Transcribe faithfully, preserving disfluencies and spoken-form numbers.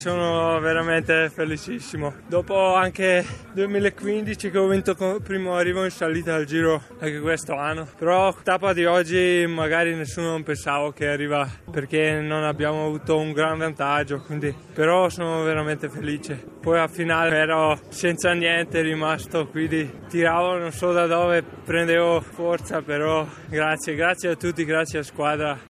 Sono veramente felicissimo. Dopo anche duemilaquindici che ho vinto il primo arrivo in salita al Giro anche questo anno. Però la tappa di oggi magari nessuno pensava che arriva perché non abbiamo avuto un gran vantaggio, quindi però sono veramente felice. Poi al finale ero senza niente rimasto, quindi tiravo non so da dove prendevo forza, però grazie, grazie a tutti, grazie a squadra.